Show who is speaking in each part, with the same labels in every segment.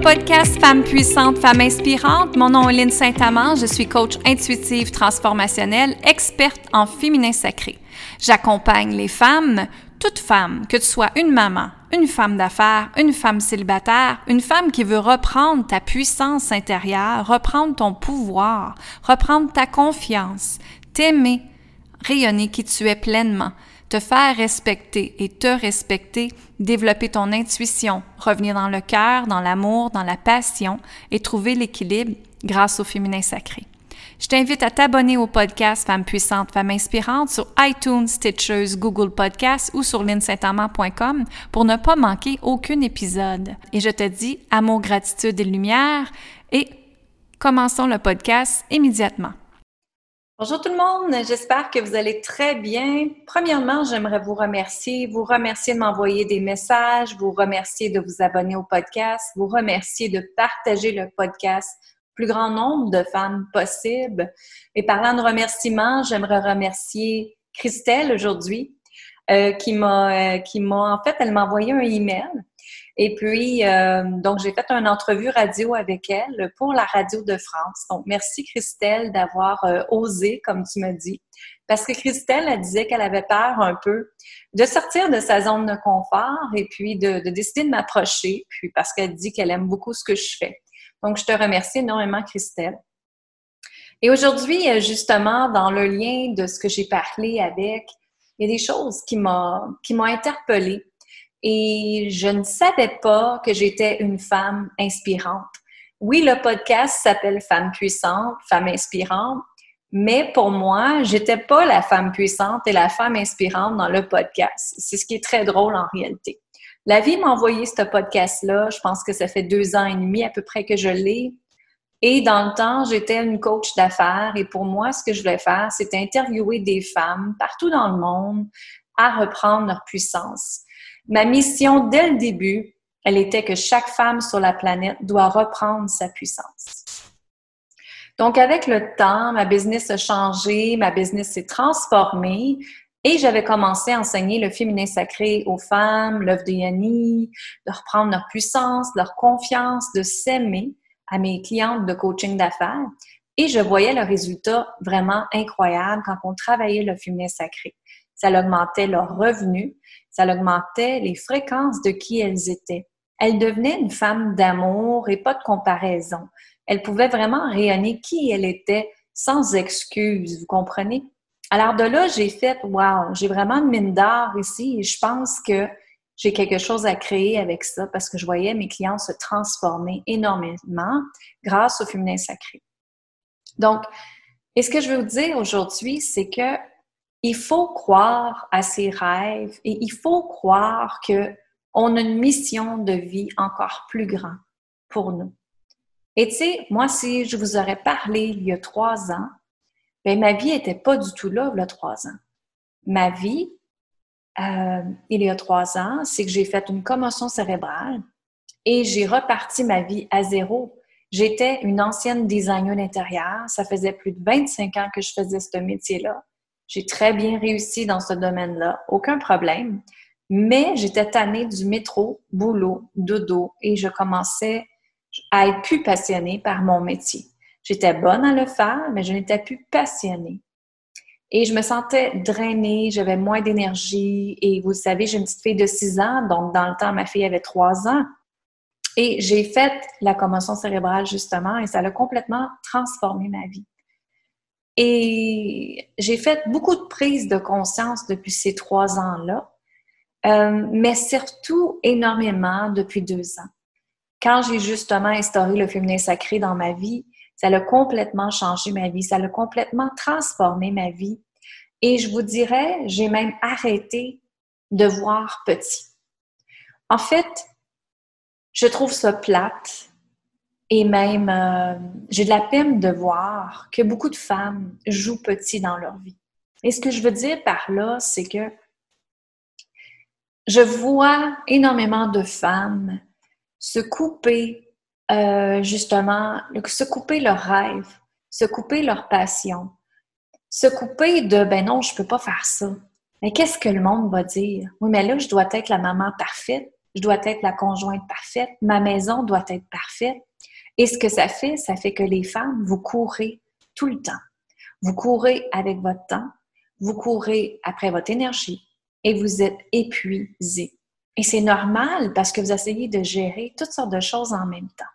Speaker 1: podcast Femmes puissantes, femmes inspirantes. Mon nom est Lynne Saint-Amand. Je suis coach intuitive transformationnelle, experte en féminin sacré. J'accompagne les femmes, toutes femmes, que tu sois une maman, une femme d'affaires, une femme célibataire, une femme qui veut reprendre ta puissance intérieure, reprendre ton pouvoir, reprendre ta confiance, t'aimer, rayonner qui tu es pleinement, te faire respecter et te respecter, développer ton intuition, revenir dans le cœur, dans l'amour, dans la passion et trouver l'équilibre grâce au féminin sacré. Je t'invite à t'abonner au podcast Femmes puissantes, femmes inspirantes sur iTunes, Stitchers, Google Podcasts ou sur lynnesaintamand.com pour ne pas manquer aucun épisode. Et je te dis amour, gratitude et lumière et commençons le podcast immédiatement. Bonjour tout le monde, j'espère que vous allez très bien. Premièrement, j'aimerais vous remercier de m'envoyer des messages, vous remercier de vous abonner au podcast, vous remercier de partager le podcast au plus grand nombre de femmes possible. Et parlant de remerciements, j'aimerais remercier Christelle aujourd'hui, elle m'a envoyé un email. Et puis, donc, j'ai fait une entrevue radio avec elle pour la radio de France. Donc, merci Christelle d'avoir osé, comme tu me dis. Parce que Christelle, elle disait qu'elle avait peur un peu de sortir de sa zone de confort et puis de décider de m'approcher, puis parce qu'elle dit qu'elle aime beaucoup ce que je fais. Donc, je te remercie énormément, Christelle. Et aujourd'hui, justement, dans le lien de ce que j'ai parlé avec, il y a des choses qui m'ont interpellée. Et je ne savais pas que j'étais une femme inspirante. Oui, le podcast s'appelle Femmes puissantes, femmes inspirantes, mais pour moi, j'étais pas la femme puissante et la femme inspirante dans le podcast. C'est ce qui est très drôle en réalité. La vie m'a envoyé ce podcast-là, je pense que ça fait 2 ans et demi à peu près que je l'ai. Et dans le temps, j'étais une coach d'affaires et pour moi, ce que je voulais faire, c'était interviewer des femmes partout dans le monde à reprendre leur puissance. Ma mission, dès le début, elle était que chaque femme sur la planète doit reprendre sa puissance. Donc, avec le temps, ma business a changé, ma business s'est transformée et j'avais commencé à enseigner le féminin sacré aux femmes, l'œuvre de Yanni, de reprendre leur puissance, leur confiance, de s'aimer à mes clientes de coaching d'affaires. Et je voyais le résultat vraiment incroyable quand on travaillait le féminin sacré. Ça augmentait leurs revenus, ça augmentait les fréquences de qui elles étaient. Elles devenaient une femme d'amour et pas de comparaison. Elle pouvait vraiment rayonner qui elle était sans excuse, vous comprenez? Alors de là, j'ai fait « wow, j'ai vraiment une mine d'or ici et je pense que j'ai quelque chose à créer avec ça parce que je voyais mes clients se transformer énormément grâce au féminin sacré. » Donc, et ce que je veux vous dire aujourd'hui, c'est que il faut croire à ses rêves et il faut croire qu'on a une mission de vie encore plus grande pour nous. Et tu sais, moi, si je vous aurais parlé il y a 3 ans, bien, ma vie n'était pas du tout là, il y a 3 ans. Ma vie, il y a 3 ans, c'est que j'ai fait une commotion cérébrale et j'ai reparti ma vie à zéro. J'étais une ancienne designer d'intérieur. Ça faisait plus de 25 ans que je faisais ce métier-là. J'ai très bien réussi dans ce domaine-là, aucun problème. Mais j'étais tannée du métro, boulot, dodo et je commençais à être plus passionnée par mon métier. J'étais bonne à le faire, mais je n'étais plus passionnée. Et je me sentais drainée, j'avais moins d'énergie. Et vous le savez, j'ai une petite fille de 6 ans, donc dans le temps, ma fille avait 3 ans. Et j'ai fait la commotion cérébrale, justement, et ça a complètement transformé ma vie. Et j'ai fait beaucoup de prises de conscience depuis ces 3 ans-là, mais surtout énormément depuis 2 ans. Quand j'ai justement instauré le féminin sacré dans ma vie, ça a complètement changé ma vie, ça a complètement transformé ma vie. Et je vous dirais, j'ai même arrêté de voir petit. En fait, je trouve ça plate. Et même, j'ai de la peine de voir que beaucoup de femmes jouent petit dans leur vie. Et ce que je veux dire par là, c'est que je vois énormément de femmes se couper, se couper leurs rêves, se couper leur passion, se couper de « ben non, je peux pas faire ça ». Mais qu'est-ce que le monde va dire? Oui, mais là, je dois être la maman parfaite.
Speaker 2: je dois être la conjointe parfaite, ma maison doit être parfaite. Et ce que ça fait que les femmes, vous courez tout le temps. Vous courez avec votre temps, vous courez après votre énergie et vous êtes épuisé. Et c'est normal parce que vous essayez de gérer toutes sortes de choses en même temps.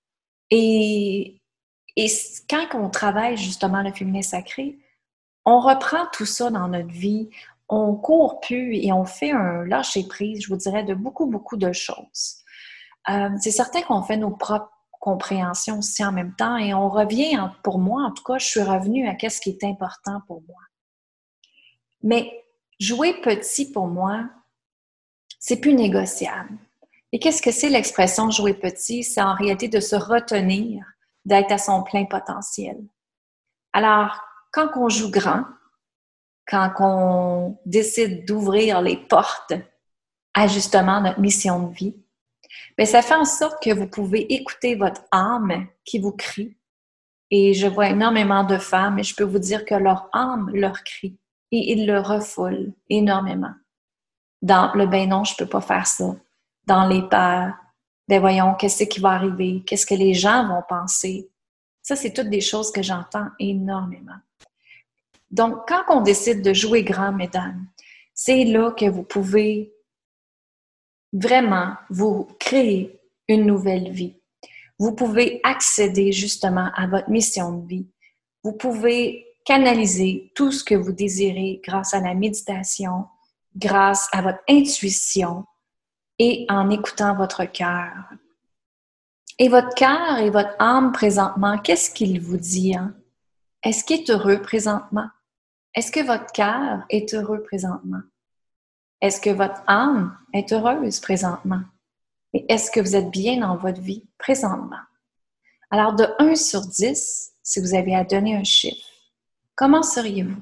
Speaker 2: Et quand on travaille justement le féminin sacré, on reprend tout ça dans notre vie, on court plus et on fait un lâcher-prise, je vous dirais, de beaucoup, beaucoup de choses. C'est certain qu'on fait nos propres compréhensions aussi en même temps et on revient, pour moi en tout cas, je suis revenue à ce qui est important pour moi. Mais jouer petit pour moi, c'est plus négociable. Et qu'est-ce que c'est l'expression jouer petit? C'est en réalité de se retenir, d'être à son plein potentiel. Alors, quand on joue grand, quand on décide d'ouvrir les portes à justement notre mission de vie, bien, ça fait en sorte que vous pouvez écouter votre âme qui vous crie. Et je vois énormément de femmes et je peux vous dire que leur âme leur crie et ils le refoulent énormément. Dans le « ben non, je peux pas faire ça », dans les peurs, ben voyons, qu'est-ce qui va arriver, qu'est-ce que les gens vont penser. Ça, c'est toutes des choses que j'entends énormément. Donc, quand on décide de jouer grand, mesdames, c'est là que vous pouvez vraiment vous créer une nouvelle vie. Vous pouvez accéder justement à votre mission de vie. Vous pouvez canaliser tout ce que vous désirez grâce à la méditation, grâce à votre intuition et en écoutant votre cœur. Et votre cœur et votre âme présentement, qu'est-ce qu'il vous dit? Est-ce qu'il est heureux présentement? Est-ce que votre cœur est heureux présentement? Est-ce que votre âme est heureuse présentement? Mais est-ce que vous êtes bien dans votre vie présentement? Alors, de 1 sur 10, si vous avez à donner un chiffre, comment seriez-vous?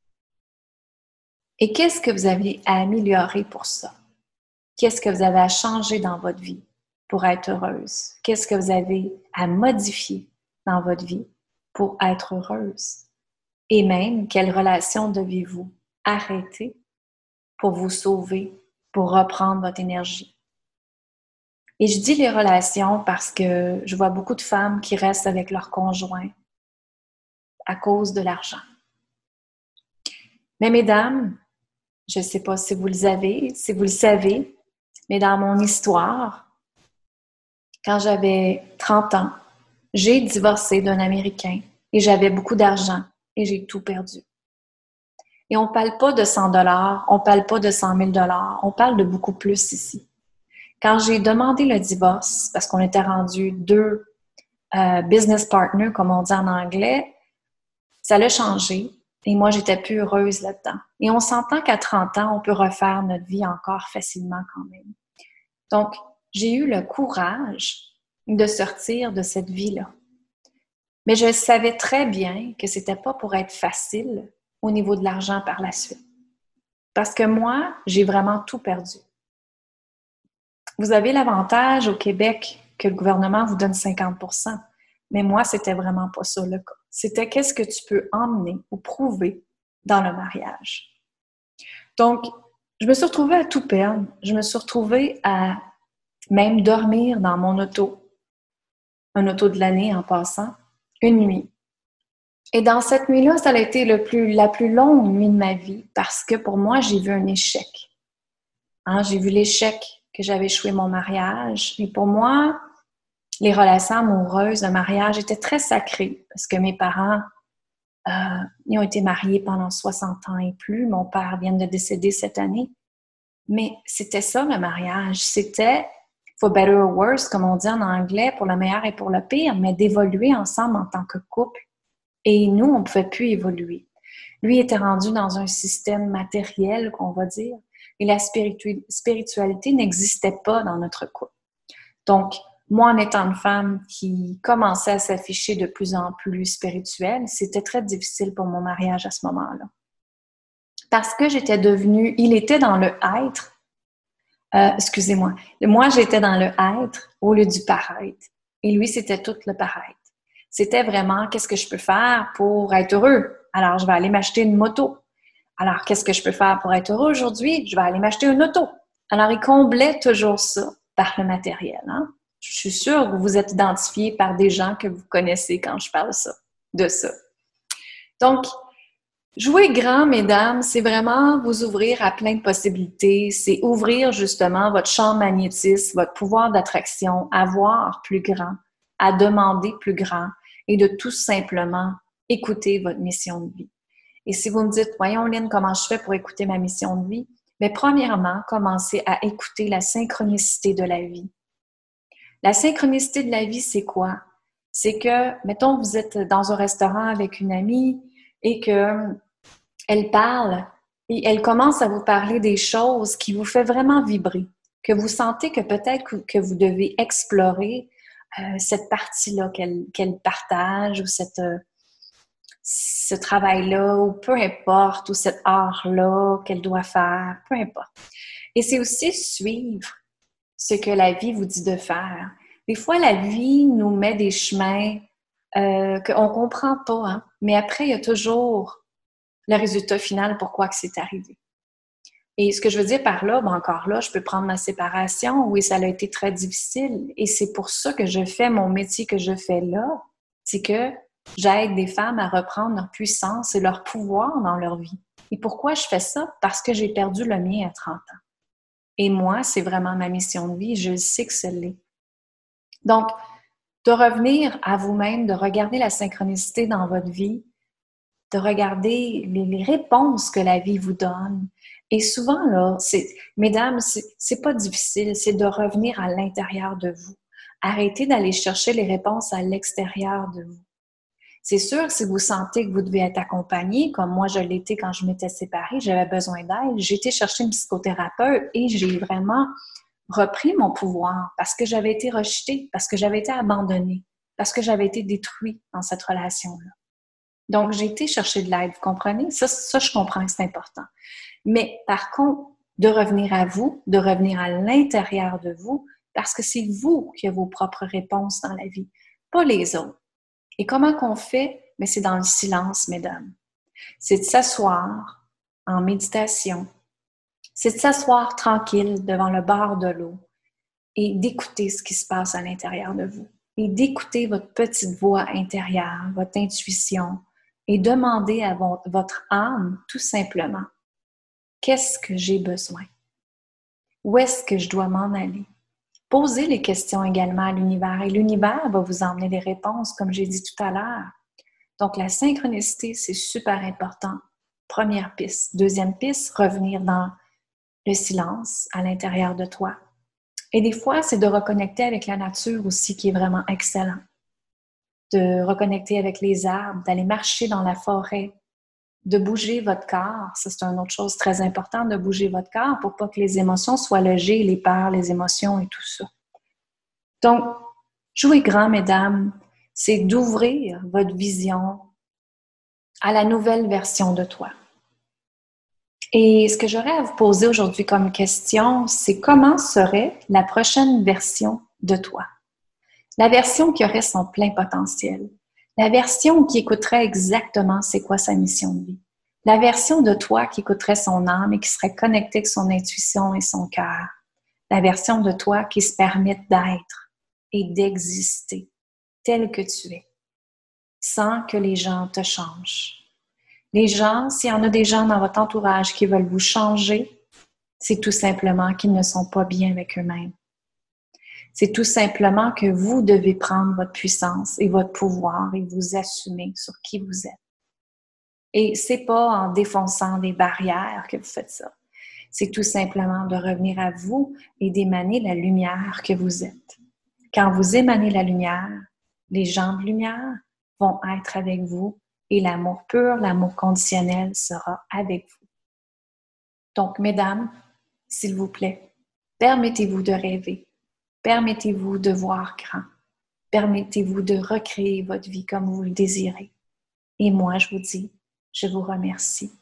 Speaker 2: Et qu'est-ce que vous avez à améliorer pour ça? Qu'est-ce que vous avez à changer dans votre vie pour être heureuse? Qu'est-ce que vous avez à modifier dans votre vie pour être heureuse? Et même, quelle relation devez-vous arrêter pour vous sauver, pour reprendre votre énergie? Et je dis les relations parce que je vois beaucoup de femmes qui restent avec leur conjoint à cause de l'argent. Mais mesdames, je ne sais pas si vous le savez, mais dans mon histoire, quand j'avais 30 ans, j'ai divorcé d'un Américain et j'avais beaucoup d'argent et j'ai tout perdu. Et on ne parle pas de 100 $, on ne parle pas de 100 000 $, on parle de beaucoup plus ici. Quand j'ai demandé le divorce, parce qu'on était rendus 2 business partners, comme on dit en anglais, ça l'a changé. Et moi, j'étais plus heureuse là-dedans. Et on s'entend qu'à 30 ans, on peut refaire notre vie encore facilement quand même. Donc, j'ai eu le courage de sortir de cette vie-là. Mais je savais très bien que c'était pas pour être facile au niveau de l'argent par la suite. Parce que moi, j'ai vraiment tout perdu. Vous avez l'avantage au Québec que le gouvernement vous donne 50 %. Mais moi, c'était vraiment pas ça le cas. C'était qu'est-ce que tu peux emmener ou prouver dans le mariage. Donc, je me suis retrouvée à tout perdre. Je me suis retrouvée à même dormir dans mon auto, un auto de l'année en passant, une nuit. Et dans cette nuit-là, ça a été la plus longue nuit de ma vie parce que pour moi, j'ai vu un échec. J'ai vu l'échec que j'avais échoué mon mariage. Et pour moi, les relations amoureuses, le mariage était très sacré parce que mes parents ils ont été mariés pendant 60 ans et plus. Mon père vient de décéder cette année. Mais c'était ça, le mariage. C'était, for better or worse, comme on dit en anglais, pour le meilleur et pour le pire, mais d'évoluer ensemble en tant que couple. Et nous, on ne pouvait plus évoluer. Lui était rendu dans un système matériel, qu'on va dire, et la spiritualité n'existait pas dans notre couple. Donc, moi, en étant une femme qui commençait à s'afficher de plus en plus spirituelle, c'était très difficile pour mon mariage à ce moment-là. Parce que j'étais devenue, il était dans le être, excusez-moi, moi j'étais dans le être au lieu du paraître. Et lui, c'était tout le paraître. C'était vraiment, qu'est-ce que je peux faire pour être heureux? Alors, je vais aller m'acheter une moto. Alors, qu'est-ce que je peux faire pour être heureux aujourd'hui? Je vais aller m'acheter une auto. Alors, il comblait toujours ça par le matériel. Hein? Je suis sûre que vous vous êtes identifié par des gens que vous connaissez quand je parle de ça. Donc, jouer grand, mesdames, c'est vraiment vous ouvrir à plein de possibilités. C'est ouvrir justement votre champ magnétisme, votre pouvoir d'attraction, à voir plus grand, à demander plus grand et de tout simplement écouter votre mission de vie. Et si vous me dites, voyons Lynn, comment je fais pour écouter ma mission de vie? Mais premièrement, commencez à écouter la synchronicité de la vie. La synchronicité de la vie, c'est quoi? C'est que, mettons, vous êtes dans un restaurant avec une amie et qu'elle parle et elle commence à vous parler des choses qui vous fait vraiment vibrer, que vous sentez que peut-être que vous devez explorer cette partie-là qu'elle partage ou ce travail-là, ou peu importe, ou cet art-là qu'elle doit faire, peu importe. Et c'est aussi suivre ce que la vie vous dit de faire. Des fois, la vie nous met des chemins qu'on ne comprend pas, hein? Mais après, il y a toujours le résultat final, pourquoi que c'est arrivé. Et ce que je veux dire par là, ben encore là, je peux prendre ma séparation. Oui, ça a été très difficile. Et c'est pour ça que je fais mon métier que je fais là. C'est que j'aide des femmes à reprendre leur puissance et leur pouvoir dans leur vie. Et pourquoi je fais ça? Parce que j'ai perdu le mien à 30 ans. Et moi, c'est vraiment ma mission de vie. Je sais que ce l'est. Donc, de revenir à vous-même, de regarder la synchronicité dans votre vie, de regarder les réponses que la vie vous donne. Et souvent, là, mesdames, c'est pas difficile, c'est de revenir à l'intérieur de vous. Arrêtez d'aller chercher les réponses à l'extérieur de vous. C'est sûr, si vous sentez que vous devez être accompagné, comme moi je l'étais quand je m'étais séparée, j'avais besoin d'aide, j'ai été chercher une psychothérapeute et j'ai vraiment repris mon pouvoir parce que j'avais été rejetée, parce que j'avais été abandonnée, parce que j'avais été détruite dans cette relation-là. Donc, j'ai été chercher de l'aide, vous comprenez? Ça, je comprends que c'est important. Mais par contre, de revenir à vous, de revenir à l'intérieur de vous, parce que c'est vous qui avez vos propres réponses dans la vie, pas les autres. Et comment qu'on fait? Mais c'est dans le silence, mesdames. C'est de s'asseoir en méditation. C'est de s'asseoir tranquille devant le bord de l'eau et d'écouter ce qui se passe à l'intérieur de vous. Et d'écouter votre petite voix intérieure, votre intuition, et demander à votre âme, tout simplement, qu'est-ce que j'ai besoin? Où est-ce que je dois m'en aller? Posez les questions également à l'univers et l'univers va vous emmener les réponses, comme j'ai dit tout à l'heure. Donc, la synchronicité, c'est super important. Première piste. Deuxième piste, revenir dans le silence à l'intérieur de toi. Et des fois, c'est de reconnecter avec la nature aussi qui est vraiment excellent. De reconnecter avec les arbres, d'aller marcher dans la forêt, de bouger votre corps. Ça, c'est une autre chose très importante, de bouger votre corps pour pas que les émotions soient logées, les peurs, les émotions et tout ça. Donc, jouer grand, mesdames, c'est d'ouvrir votre vision à la nouvelle version de toi. Et ce que j'aurais à vous poser aujourd'hui comme question, c'est comment serait la prochaine version de toi? La version qui aurait son plein potentiel. La version qui écouterait exactement c'est quoi sa mission de vie. La version de toi qui écouterait son âme et qui serait connectée avec son intuition et son cœur. La version de toi qui se permet d'être et d'exister tel que tu es, sans que les gens te changent. Les gens, s'il y en a des gens dans votre entourage qui veulent vous changer, c'est tout simplement qu'ils ne sont pas bien avec eux-mêmes. C'est tout simplement que vous devez prendre votre puissance et votre pouvoir et vous assumer sur qui vous êtes. Et c'est pas en défonçant des barrières que vous faites ça. C'est tout simplement de revenir à vous et d'émaner la lumière que vous êtes. Quand vous émanez la lumière, les gens de lumière vont être avec vous et l'amour pur, l'amour conditionnel sera avec vous. Donc, mesdames, s'il vous plaît, permettez-vous de rêver. Permettez-vous de voir grand. Permettez-vous de recréer votre vie comme vous le désirez. Et moi, je vous dis, je vous remercie.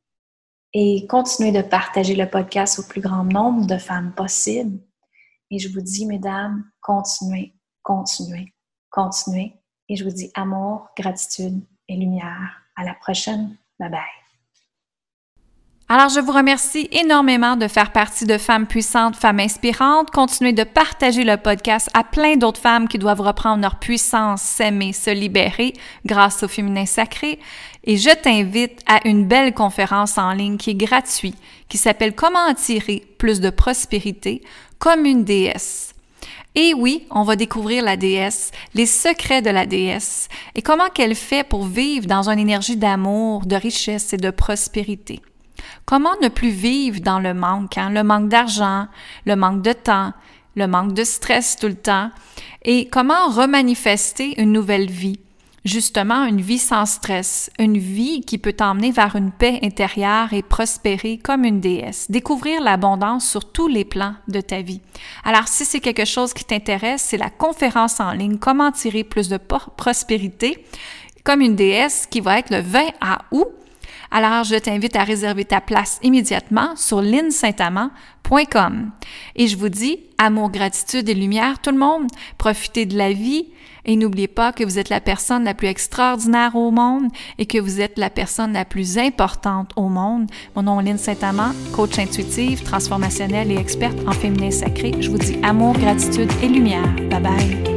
Speaker 2: Et continuez de partager le podcast au plus grand nombre de femmes possible. Et je vous dis, mesdames, continuez, continuez, continuez. Et je vous dis amour, gratitude et lumière. À la prochaine. Bye bye.
Speaker 1: Alors, je vous remercie énormément de faire partie de Femmes puissantes, Femmes inspirantes. Continuez de partager le podcast à plein d'autres femmes qui doivent reprendre leur puissance, s'aimer, se libérer grâce au féminin sacré. Et je t'invite à une belle conférence en ligne qui est gratuite, qui s'appelle « Comment attirer plus de prospérité comme une déesse ». Et oui, on va découvrir la déesse, les secrets de la déesse et comment qu'elle fait pour vivre dans une énergie d'amour, de richesse et de prospérité. Comment ne plus vivre dans le manque, le manque d'argent, le manque de temps, le manque de stress tout le temps, et comment remanifester une nouvelle vie, justement une vie sans stress, une vie qui peut t'emmener vers une paix intérieure et prospérer comme une déesse, découvrir l'abondance sur tous les plans de ta vie. Alors, si c'est quelque chose qui t'intéresse, c'est la conférence en ligne « Comment tirer plus de prospérité comme une déesse » qui va être le 20 août. Alors, je t'invite à réserver ta place immédiatement sur linsaintamant.com. Et je vous dis, amour, gratitude et lumière, tout le monde, profitez de la vie et n'oubliez pas que vous êtes la personne la plus extraordinaire au monde et que vous êtes la personne la plus importante au monde. Mon nom est Lynne Saint-Amand, coach intuitive, transformationnelle et experte en féminin sacré. Je vous dis amour, gratitude et lumière. Bye bye!